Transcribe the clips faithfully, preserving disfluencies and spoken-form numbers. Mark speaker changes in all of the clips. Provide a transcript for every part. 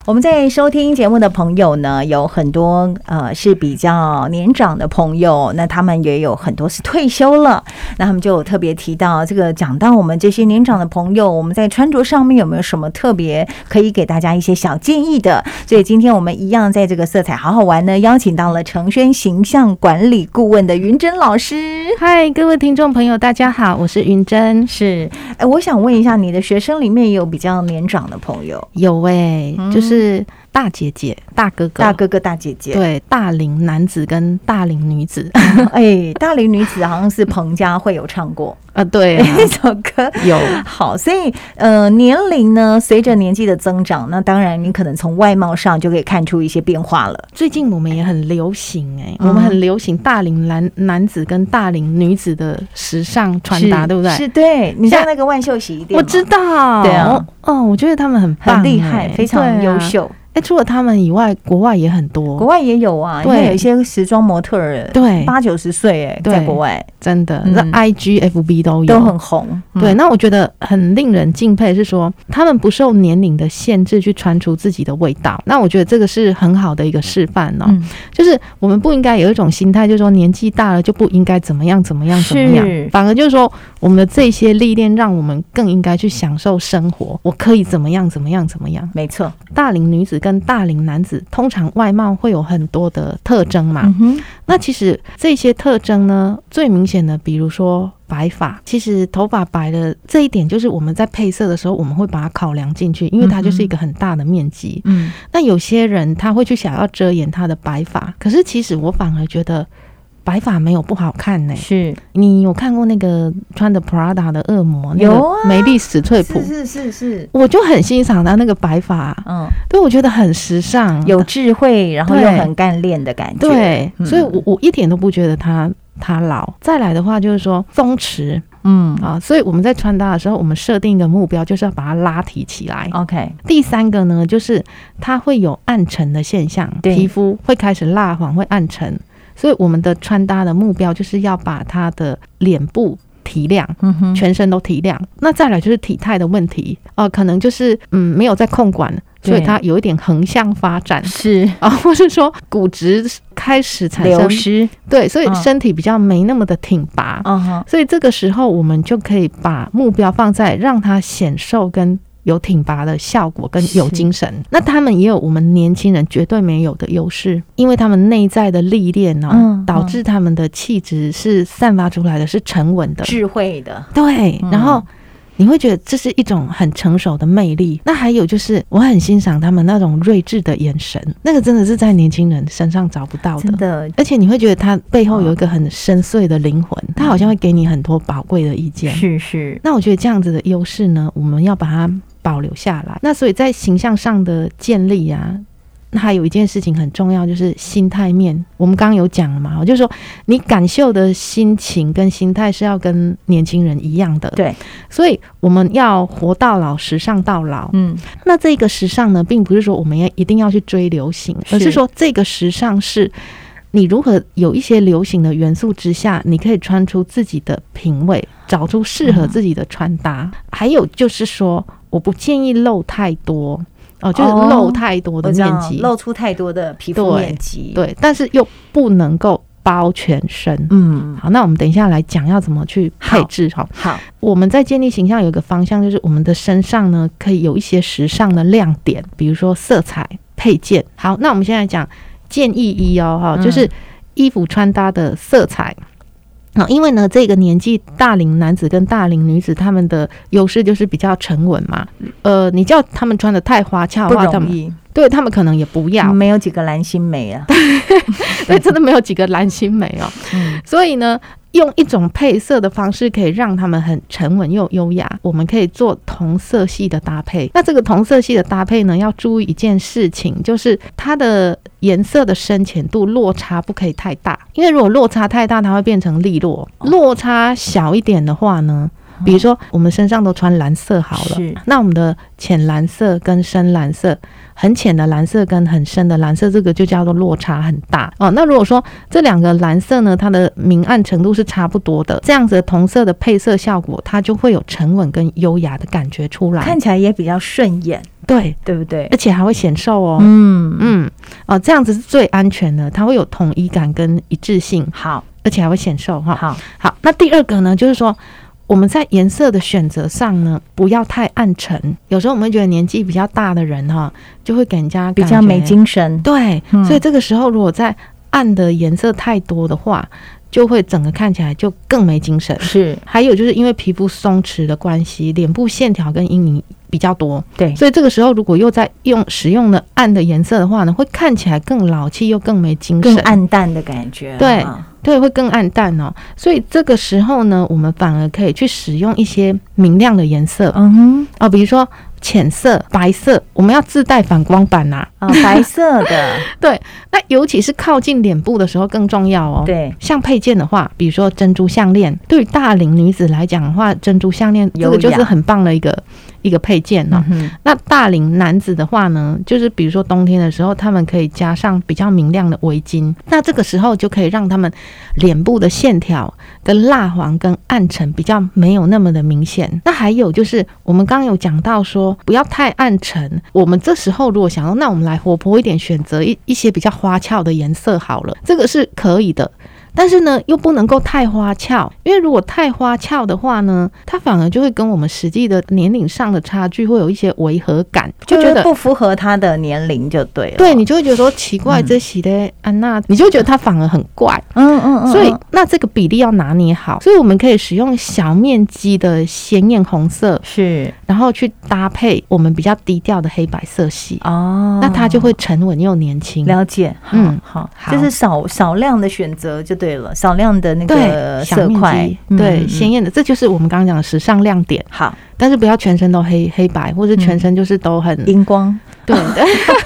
Speaker 1: 我们在收听节目的朋友呢，有很多呃是比较年长的朋友，那他们也有很多是退休了，那他们就有特别提到这个，讲到我们这些年长的朋友，我们在穿着上面有没有什么特别可以给大家一些小建议的？所以今天我们一样在这个色彩好好玩呢，邀请到了承轩形象管理顾问的云珍老师。
Speaker 2: 嗨，各位听众朋友，大家好，我是云珍。
Speaker 1: 是，哎，我想问一下，你的学生里面也有比较年长的朋友？
Speaker 2: 有哎、欸嗯，就是大姐姐、大哥哥、
Speaker 1: 大哥哥、大姐姐，
Speaker 2: 对，大龄男子跟大龄女子。
Speaker 1: 哎，大龄女子好像是彭佳慧有唱过
Speaker 2: 啊，对啊，
Speaker 1: 那首歌
Speaker 2: 有。
Speaker 1: 好，所以呃，年龄呢，随着年纪的增长，那当然你可能从外貌上就可以看出一些变化了。
Speaker 2: 最近我们也很流行哎、欸嗯，我们很流行大龄男男子跟大龄女子的时尚穿搭，对不对？
Speaker 1: 是，对。你知道那个万秀洗衣店吗？
Speaker 2: 我知道，
Speaker 1: 对啊，
Speaker 2: 哦，我觉得他们很棒、欸，
Speaker 1: 很厉害，非常优秀。
Speaker 2: 哎，除了他们以外，国外也很多，
Speaker 1: 国外也有啊，因为有一些时装模特儿，
Speaker 2: 对，
Speaker 1: 八九十岁哎，在国外
Speaker 2: 真的，那、嗯、I G F B 都有，
Speaker 1: 都很红。
Speaker 2: 嗯、对，那我觉得很令人敬佩，是说他们不受年龄的限制去穿出自己的味道。那我觉得这个是很好的一个示范哦、嗯，就是我们不应该有一种心态，就是说年纪大了就不应该怎么样怎么样怎么样，反而就是说我们的这些历练，让我们更应该去享受生活。我可以怎么样怎么样怎么样？
Speaker 1: 没错，
Speaker 2: 大龄女子跟大龄男子。通常外貌会有很多的特征嘛、嗯，那其实这些特征呢，最明显的，比如说白发，其实头发白的这一点，就是我们在配色的时候，我们会把它考量进去，因为它就是一个很大的面积。嗯，那有些人他会去想要遮掩他的白发，可是其实我反而觉得白发没有不好看呢、欸。
Speaker 1: 是，
Speaker 2: 你有看过那个穿的 Prada 的恶魔？
Speaker 1: 有啊，
Speaker 2: 那个梅丽史翠普，
Speaker 1: 是是是是，
Speaker 2: 我就很欣赏他那个白发，嗯，对，我觉得很时尚，
Speaker 1: 有智慧，然后又很干练的感觉。
Speaker 2: 对，嗯、所以我我一点都不觉得他他老。再来的话就是说松弛。嗯啊，所以我们在穿搭的时候，我们设定一个目标，就是要把它拉提起来。
Speaker 1: OK，
Speaker 2: 第三个呢，就是它会有暗沉的现象，皮肤会开始蜡黄，会暗沉。所以我们的穿搭的目标就是要把他的脸部提亮，嗯、全身都提亮。那再来就是体态的问题，呃，可能就是嗯没有在控管，所以它有一点横向发展，
Speaker 1: 是
Speaker 2: 啊，或是说骨质开始产生
Speaker 1: 流失，
Speaker 2: 对，所以身体比较没那么的挺拔，嗯、所以这个时候我们就可以把目标放在让它显瘦跟有挺拔的效果跟有精神。那他们也有我们年轻人绝对没有的优势，因为他们内在的历练哦、嗯，导致他们的气质是散发出来的是沉稳的、
Speaker 1: 智慧的，
Speaker 2: 对，嗯、然后你会觉得这是一种很成熟的魅力。那还有就是我很欣赏他们那种睿智的眼神，那个真的是在年轻人身上找不到的，
Speaker 1: 真的。
Speaker 2: 而且你会觉得他背后有一个很深邃的灵魂，他好像会给你很多宝贵的意见。
Speaker 1: 是是。
Speaker 2: 那我觉得这样子的优势呢，我们要把它保留下来。那所以在形象上的建立啊，那还有一件事情很重要，就是心态面。我们刚刚有讲了嘛，就是说你感受的心情跟心态是要跟年轻人一样的。
Speaker 1: 对，
Speaker 2: 所以我们要活到老，时尚到老。嗯，那这个时尚呢，并不是说我们要一定要去追流行，而是说这个时尚是你如何有一些流行的元素之下，你可以穿出自己的品味，找出适合自己的穿搭。嗯、还有就是说，我不建议露太多。哦，就是露太多的面积，
Speaker 1: 露出太多的皮肤面积，
Speaker 2: 对，但是又不能够包全身。嗯，好，那我们等一下来讲要怎么去配置。好，
Speaker 1: 好，
Speaker 2: 我们在建立形象有一个方向，就是我们的身上呢可以有一些时尚的亮点，比如说色彩、配件。好，那我们现在讲建议一哦，哈，就是衣服穿搭的色彩。因为呢，这个年纪大龄男子跟大龄女子他们的优势就是比较沉稳嘛。呃，你叫他们穿的太花俏的话，
Speaker 1: 不容易，
Speaker 2: 他们对他们可能也不要，
Speaker 1: 没有几个蓝心湄啊，
Speaker 2: 对，真的没有几个蓝心湄哦。嗯、所以呢，用一种配色的方式可以让他们很沉稳又优雅。我们可以做同色系的搭配。那这个同色系的搭配呢，要注意一件事情，就是它的颜色的深浅度落差不可以太大，因为如果落差太大，它会变成利落；落差小一点的话呢， 比如说我们身上都穿蓝色好了，那我们的浅蓝色跟深蓝色，很浅的蓝色跟很深的蓝色，这个就叫做落差很大哦。那如果说这两个蓝色呢，它的明暗程度是差不多的，这样子的同色的配色效果，它就会有沉稳跟优雅的感觉出来，
Speaker 1: 看起来也比较顺眼，
Speaker 2: 对
Speaker 1: 对不对？
Speaker 2: 而且还会显瘦哦。
Speaker 1: 嗯
Speaker 2: 嗯哦，这样子是最安全的，它会有统一感跟一致性。
Speaker 1: 好，
Speaker 2: 而且还会显瘦哈。
Speaker 1: 好，
Speaker 2: 好，那第二个呢，就是说我们在颜色的选择上呢，不要太暗沉。有时候我们会觉得年纪比较大的人哈，就会给人家
Speaker 1: 比较没精神。
Speaker 2: 对、嗯，所以这个时候如果在暗的颜色太多的话，就会整个看起来就更没精神。
Speaker 1: 是，
Speaker 2: 还有就是因为皮肤松弛的关系，脸部线条跟阴影比较多，
Speaker 1: 对，
Speaker 2: 所以这个时候如果又在用使用了暗的颜色的话呢，会看起来更老气又更没精神，
Speaker 1: 更暗淡的感觉、啊。
Speaker 2: 对对，会更暗淡哦。所以这个时候呢，我们反而可以去使用一些明亮的颜色，
Speaker 1: 嗯哼，
Speaker 2: 哦，比如说浅色、白色，我们要自带反光板呐、
Speaker 1: 啊，哦，白色的，
Speaker 2: 对，那尤其是靠近脸部的时候更重要哦。
Speaker 1: 对，
Speaker 2: 像配件的话，比如说珍珠项链，对于大龄女子来讲的话，珍珠项链这个就是很棒的一个一个配件哦。嗯、那大龄男子的话呢，就是比如说冬天的时候，他们可以加上比较明亮的围巾，那这个时候就可以让他们脸部的线条跟蜡黄跟暗沉比较没有那么的明显。那还有就是我们刚刚有讲到说不要太暗沉，我们这时候如果想要，那我们来活泼一点，选择一一些比较花俏的颜色好了，这个是可以的。但是呢，又不能够太花俏，因为如果太花俏的话呢，它反而就会跟我们实际的年龄上的差距会有一些违和感，
Speaker 1: 就觉得不符合他的年龄就对了。
Speaker 2: 对，你就会觉得说奇怪，嗯、这洗的安娜，你就会觉得它反而很怪。
Speaker 1: 嗯嗯嗯。
Speaker 2: 所以那这个比例要拿捏好，所以我们可以使用小面积的鲜艳红色，
Speaker 1: 是，
Speaker 2: 然后去搭配我们比较低调的黑白色系。
Speaker 1: 哦，
Speaker 2: 那它就会沉稳又年轻。
Speaker 1: 了解，嗯，好，好，就是少少量的选择就对了，少量的那个色块，
Speaker 2: 对，鲜艳的，这就是我们刚刚讲的时尚亮点。
Speaker 1: 好，
Speaker 2: 但是不要全身都黑黑白，或者全身就是都很
Speaker 1: 荧光。
Speaker 2: 对对。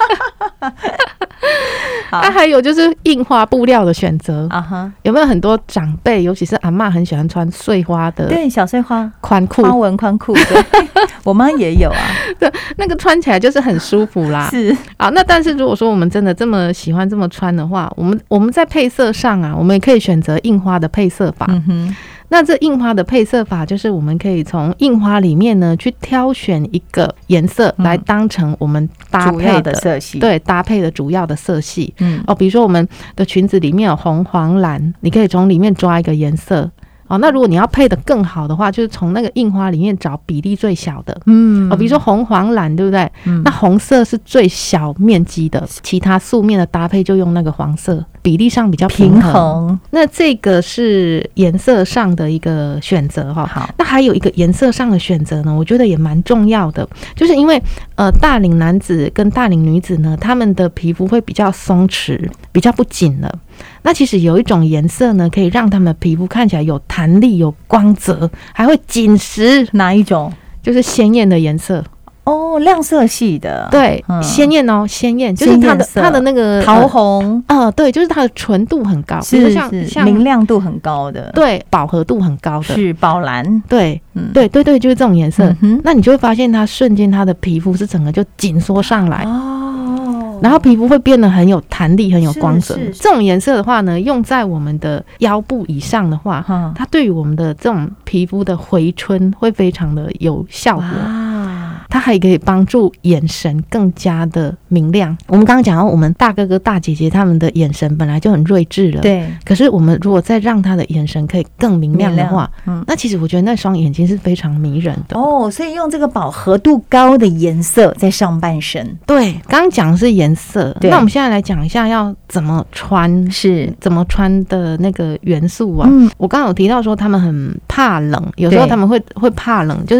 Speaker 2: 那还有就是印花布料的选择啊哈，有没有很多长辈，尤其是阿嬷很喜欢穿碎花的，
Speaker 1: 对，小碎花
Speaker 2: 宽裤、
Speaker 1: 花纹宽裤，对，我妈也有啊，
Speaker 2: 对，那个穿起来就是很舒服啦。
Speaker 1: 是
Speaker 2: 啊，那但是如果说我们真的这么喜欢这么穿的话，我们我们在配色上啊，我们也可以选择印花的配色法。嗯哼。那这印花的配色法，就是我们可以从印花里面呢去挑选一个颜色来当成我们搭配 的,、嗯、
Speaker 1: 的色系，
Speaker 2: 对，搭配的主要的色系。嗯，哦，比如说我们的裙子里面有红、黄、蓝，你可以从里面抓一个颜色。哦，那如果你要配的更好的话，就是从那个印花里面找比例最小的。嗯，哦，比如说红、黄、蓝，对不对？嗯，那红色是最小面积的，其他素面的搭配就用那个黄色，比例上比较平衡。
Speaker 1: 平衡
Speaker 2: 那这个是颜色上的一个选择哈。好，那还有一个颜色上的选择呢，我觉得也蛮重要的，就是因为呃大龄男子跟大龄女子呢，他们的皮肤会比较松弛，比较不紧了。那其实有一种颜色呢，可以让他们皮肤看起来有弹力、有光泽，还会紧实。
Speaker 1: 哪一种？
Speaker 2: 就是鲜艳的颜色
Speaker 1: 哦，亮色系的。
Speaker 2: 对，嗯、鲜艳哦，鲜艳，就是它的它的那个
Speaker 1: 桃红
Speaker 2: 啊、呃，对，就是它的纯度很高，
Speaker 1: 是
Speaker 2: 像
Speaker 1: 是
Speaker 2: 像
Speaker 1: 明亮度很高的，
Speaker 2: 对，饱和度很高的，
Speaker 1: 是宝蓝。
Speaker 2: 对，嗯、对对对，就是这种颜色。嗯、那你就会发现，它瞬间它的皮肤是整个就紧缩上来哦。然后皮肤会变得很有弹力，很有光泽。这种颜色的话呢，用在我们的腰部以上的话，嗯、它对于我们的这种皮肤的回春会非常的有效果。它还可以帮助眼神更加的明亮。我们刚刚讲到，我们大哥哥大姐姐他们的眼神本来就很睿智了，
Speaker 1: 对。
Speaker 2: 可是我们如果再让他的眼神可以更明亮的话，嗯，那其实我觉得那双眼睛是非常迷人的
Speaker 1: 哦。所以用这个饱和度高的颜色在上半身。
Speaker 2: 对，刚刚讲的是颜色，那我们现在来讲一下要怎么穿，
Speaker 1: 是
Speaker 2: 怎么穿的那个元素啊。嗯，我刚刚有提到说他们很怕冷，有时候他们会会怕冷，就是。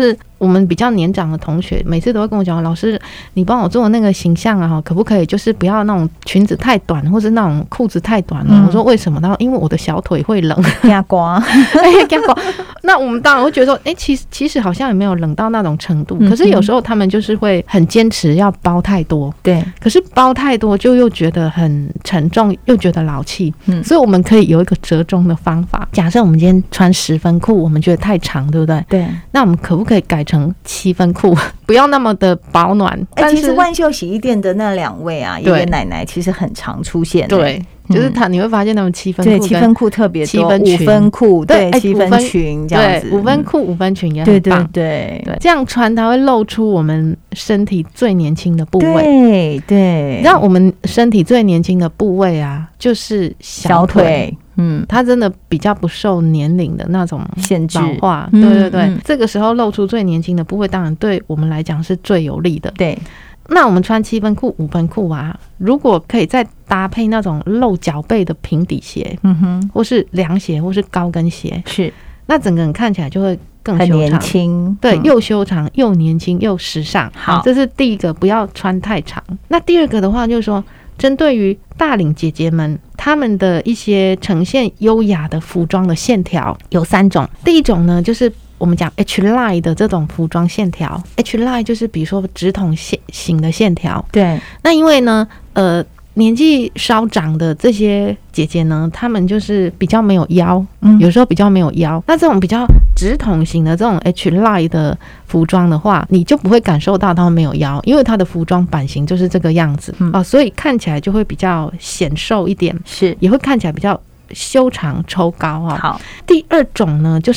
Speaker 2: 我们比较年长的同学每次都会跟我讲，老师你帮我做那个形象啊，可不可以就是不要那种裙子太短或是那种裤子太短了、嗯、我说为什么？然后因为我的小腿会冷，
Speaker 1: 压瓜
Speaker 2: 压瓜。那我们当然会觉得说哎、欸，其实其实好像也没有冷到那种程度、嗯、可是有时候他们就是会很坚持要包太多，
Speaker 1: 对，
Speaker 2: 可是包太多就又觉得很沉重，又觉得老气、嗯、所以我们可以有一个折中的方法。假设我们今天穿十分裤我们觉得太长，对不对？
Speaker 1: 对，
Speaker 2: 那我们可不可以改成七分裤，不要那么的保暖？
Speaker 1: 哎、欸，其实万秀洗衣店的那两位啊，爷爷奶奶其实很常出现、欸、
Speaker 2: 对，就是他，你会发现他们七分裤，
Speaker 1: 对，七分裤特别多，
Speaker 2: 七分裙
Speaker 1: 五分裤，对，
Speaker 2: 对
Speaker 1: 七分裙这样子，
Speaker 2: 五分裤、五分裙也很棒，
Speaker 1: 对对 对, 对，
Speaker 2: 这样穿它会露出我们身体最年轻的部位，
Speaker 1: 对对。
Speaker 2: 那我们身体最年轻的部位啊，就是小腿，小腿嗯，它真的比较不受年龄的那种
Speaker 1: 限制
Speaker 2: 老化，对对对、嗯嗯，这个时候露出最年轻的部位，当然对我们来讲是最有利的，
Speaker 1: 对。
Speaker 2: 那我们穿七分裤、五分裤啊，如果可以再搭配那种露脚背的平底鞋，嗯哼，或是凉鞋，或是高跟鞋，
Speaker 1: 是，
Speaker 2: 那整个人看起来就会更
Speaker 1: 很年轻，
Speaker 2: 对、嗯，又修长又年轻又时尚。好，这是第一个，不要穿太长。那第二个的话，就是说，针对于大龄姐姐们，她们的一些呈现优雅的服装的线条有三种。第一种呢，就是我们讲 H line 的这种服装线条 ，H line 就是比如说直筒线型的线条。
Speaker 1: 对，
Speaker 2: 那因为呢，呃，年纪稍长的这些姐姐呢，她们就是比较没有腰，嗯，有时候比较没有腰。那这种比较直筒型的这种 H line 的服装的话，你就不会感受到她们没有腰，因为她的服装版型就是这个样子、嗯哦、所以看起来就会比较显瘦一点，
Speaker 1: 是，
Speaker 2: 也会看起来比较修长抽高啊。
Speaker 1: 好，
Speaker 2: 第二种呢，就是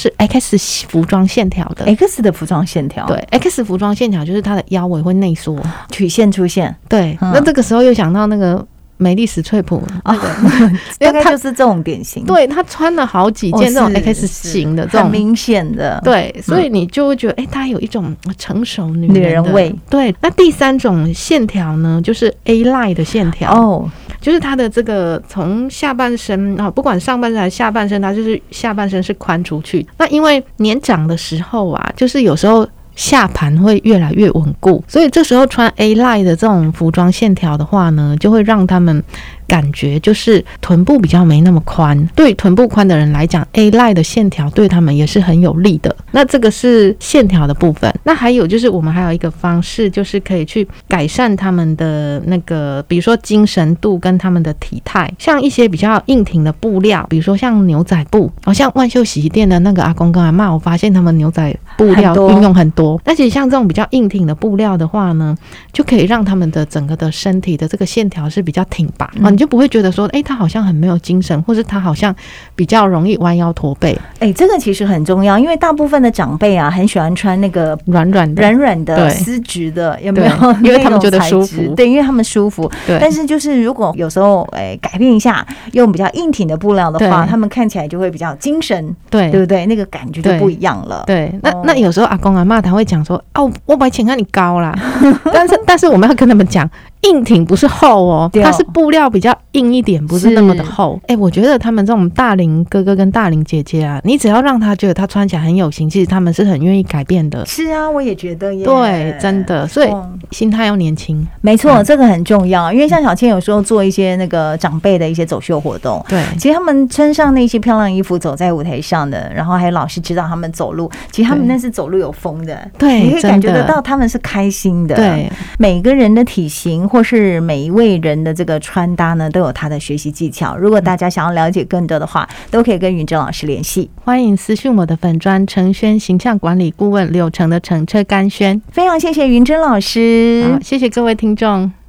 Speaker 2: X 服装线条的
Speaker 1: X 的服装线条，
Speaker 2: 对 ，X 服装线条就是它的腰围会内缩，
Speaker 1: 曲线出现。
Speaker 2: 对、嗯，那这个时候又想到那个美丽史翠普那个、哦，
Speaker 1: 大概就是这种典型。
Speaker 2: 对，他穿了好几件这种 X 型的这种，
Speaker 1: 很明显的。
Speaker 2: 对，所以你就会觉得，哎、欸，他有一种成熟女人
Speaker 1: 女人味。
Speaker 2: 对，那第三种线条呢，就是 A line 的线条哦。就是它的这个从下半身啊，不管上半身还是下半身，它就是下半身是宽出去。那因为年长的时候啊，就是有时候下盘会越来越稳固，所以这时候穿 A line 的这种服装线条的话呢，就会让他们感觉就是臀部比较没那么宽。对臀部宽的人来讲 A line 的线条对他们也是很有利的。那这个是线条的部分。那还有就是我们还有一个方式，就是可以去改善他们的那个比如说精神度跟他们的体态。像一些比较硬挺的布料，比如说像牛仔布，好像万秀洗衣店的那个阿公跟阿嬷，我发现他们牛仔布料运用很多。而且像这种比较硬挺的布料的话呢，就可以让他们的整个的身体的这个线条是比较挺拔、嗯啊、你就不会觉得说哎、欸，他好像很没有精神，或是他好像比较容易弯腰驼背。
Speaker 1: 哎、欸，这个其实很重要，因为大部分的长辈啊很喜欢穿那个
Speaker 2: 软软的、
Speaker 1: 软软的、丝质的，有没有？
Speaker 2: 因为他们觉得舒服。
Speaker 1: 对，因为他们舒服。对。但是就是如果有时候哎、欸、改变一下，用比较硬挺的布料的话，他们看起来就会比较精神，对，对不对？那个感觉就不一样了。
Speaker 2: 对。对那那有时候阿公阿嬷他会讲说，哦，我把钱看你高啦，但是但是我们要跟他们讲，硬挺不是厚哦，它是布料比较硬一点，不是那么的厚。哎、欸，我觉得他们这种大龄哥哥跟大龄姐姐啊，你只要让他觉得他穿起来很有型，其实他们是很愿意改变的。
Speaker 1: 是啊，我也觉得耶。
Speaker 2: 对，真的，所以心态要年轻。
Speaker 1: 没错、嗯，这个很重要。因为像小倩有时候做一些那个长辈的一些走秀活动，
Speaker 2: 对，
Speaker 1: 其实他们穿上那些漂亮衣服走在舞台上的，然后还有老师指导他们走路，其实他们那是走路有风的。
Speaker 2: 对，
Speaker 1: 你可以感觉得到他们是开心的。
Speaker 2: 对，
Speaker 1: 每个人的体型或是每一位人的这个穿搭呢，都有他的学习技巧。如果大家想要了解更多的话，都可以跟云珍老师联系。
Speaker 2: 欢迎私讯我的粉专程轩形象管理顾问，柳橙的橙车甘轩。
Speaker 1: 非常谢谢云珍老师，
Speaker 2: 好，谢谢各位听众。